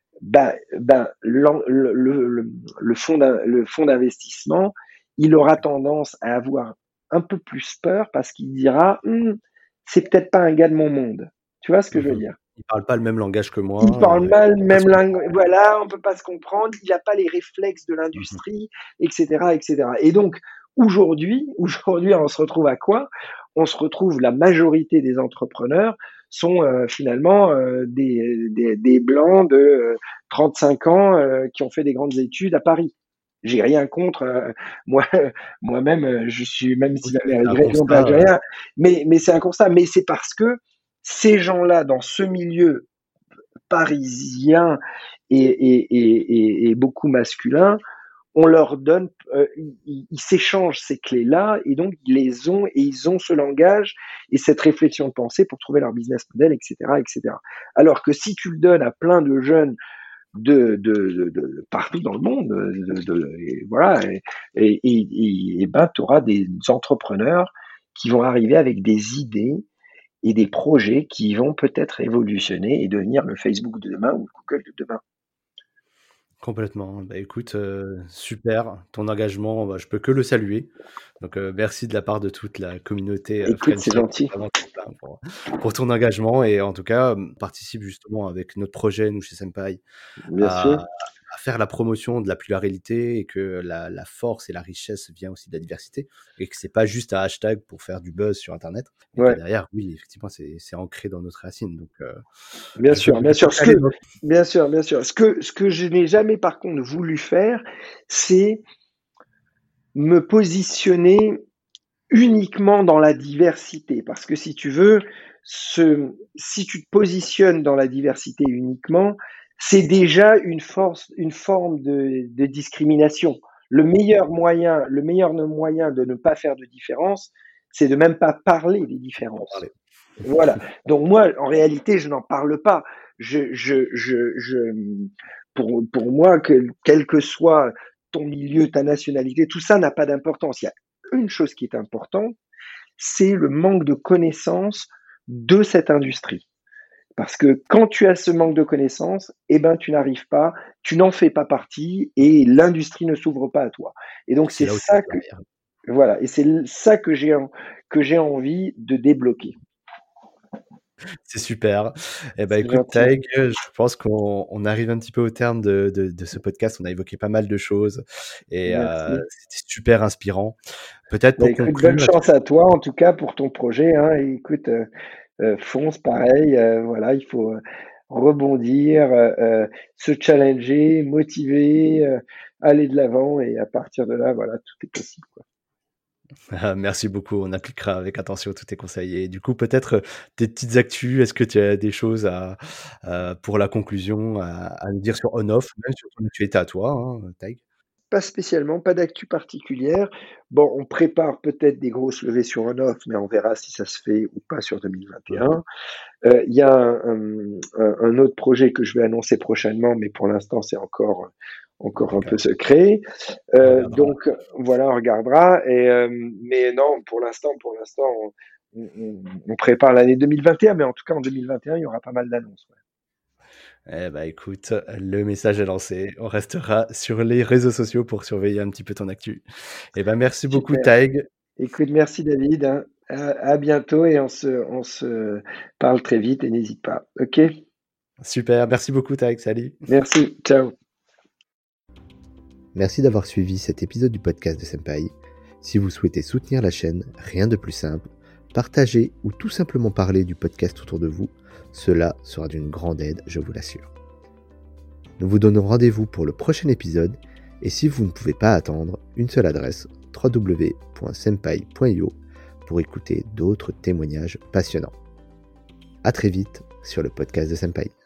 le fonds d'investissement, il aura tendance à avoir un peu plus peur parce qu'il dira c'est peut-être pas un gars de mon monde. Tu vois ce que je veux Mmh. dire? Ils parlent pas le même langage que Il moi, parle mal, on peut pas se même langue, comprendre. voilà, on peut pas se comprendre, il a pas les réflexes de Mmh. l'industrie, etc., etc. Et donc, aujourd'hui, on se retrouve à quoi? On se retrouve, la majorité des entrepreneurs sont finalement des blancs de 35 ans qui ont fait des grandes études à Paris. J'ai rien contre, moi, moi-même, je suis, même Oui, si la c'est un région pas constat, algérien, mais c'est un constat. Mais c'est parce que ces gens-là, dans ce milieu parisien et beaucoup masculin, on leur donne, ils s'échangent ces clés-là et donc ils les ont et ils ont ce langage et cette réflexion de pensée pour trouver leur business model, etc., etc. Alors que si tu le donnes à plein de jeunes de partout dans le monde, et voilà, et ben, tu auras des entrepreneurs qui vont arriver avec des idées et des projets qui vont peut-être évolutionner et devenir le Facebook de demain ou le Google de demain. complètement. Bah, écoute, super, ton engagement, bah, je peux que le saluer. Donc, merci de la part de toute la communauté, Écoute, c'est Friendship, gentil. vraiment trop plein pour ton engagement et en tout cas, participe justement avec notre projet, nous, chez Senpai, Bien sûr. à à faire la promotion de la pluralité et que la force et la richesse vient aussi de la diversité et que c'est pas juste un hashtag pour faire du buzz sur internet et que Ouais, derrière, oui, effectivement, c'est ancré dans notre racine donc bien je sûr, peux bien que sûr. aller dans Bien sûr, bien sûr. Ce que je n'ai jamais, par contre, voulu faire, c'est me positionner uniquement dans la diversité. Parce que si tu veux, si tu te positionnes dans la diversité uniquement, c'est déjà une forme de discrimination. Le meilleur moyen de ne pas faire de différence, c'est de même pas parler des en différences. parler. Voilà. Donc moi, en réalité, je n'en parle pas. Pour moi, quel que soit ton milieu, ta nationalité, tout ça n'a pas d'importance. Il y a une chose qui est importante, c'est le manque de connaissance de cette industrie. Parce que quand tu as ce manque de connaissances, eh ben, tu n'arrives pas, tu n'en fais pas partie et l'industrie ne s'ouvre pas à toi. Et donc, C'est c'est là où tu ça es derrière. voilà, et c'est ça que j'ai envie de débloquer. C'est super. Et ben C'est écoute, gentil. Taïg, je pense qu'on arrive un petit peu au terme de ce podcast. On a évoqué pas mal de choses et Merci. c'était super inspirant. Peut-être Bah, pour écoute, bonne conclure, est-ce que chance à toi en tout cas pour ton projet, hein, et écoute, fonce pareil, voilà, il faut, rebondir, se challenger, motiver, aller de l'avant et à partir de là, voilà, tout est possible, quoi. Ah, merci beaucoup, on appliquera avec attention tous tes conseils et du coup peut-être, tes petites actus, est-ce que tu as des choses pour la conclusion à nous dire sur on-off, même sur ton actualité à toi, hein, Taïg? Pas spécialement, pas d'actu particulière. Bon, on prépare peut-être des grosses levées sur on-off, mais on verra si ça se fait ou pas sur 2021. Il y a un autre projet que je vais annoncer prochainement, mais pour l'instant, c'est encore un peu D'accord, secret. on regardera. Donc voilà, on regardera. Mais non, pour l'instant, on prépare l'année 2021, mais en tout cas, en 2021, il y aura pas mal d'annonces. Ouais. Eh bah, écoute, le message est lancé. On restera sur les réseaux sociaux pour surveiller un petit peu ton actu. Eh ben, merci beaucoup Super. Taïg. Écoute, merci David, hein. À bientôt et on se parle très vite et n'hésite pas. Ok? Super, merci beaucoup Taïg, salut. Merci. Ciao. Merci d'avoir suivi cet épisode du podcast de Senpai. Si vous souhaitez soutenir la chaîne, rien de plus simple, partager ou tout simplement parler du podcast autour de vous, cela sera d'une grande aide, je vous l'assure. Nous vous donnons rendez-vous pour le prochain épisode et si vous ne pouvez pas attendre, une seule adresse www.senpai.io pour écouter d'autres témoignages passionnants. À très vite sur le podcast de Senpai.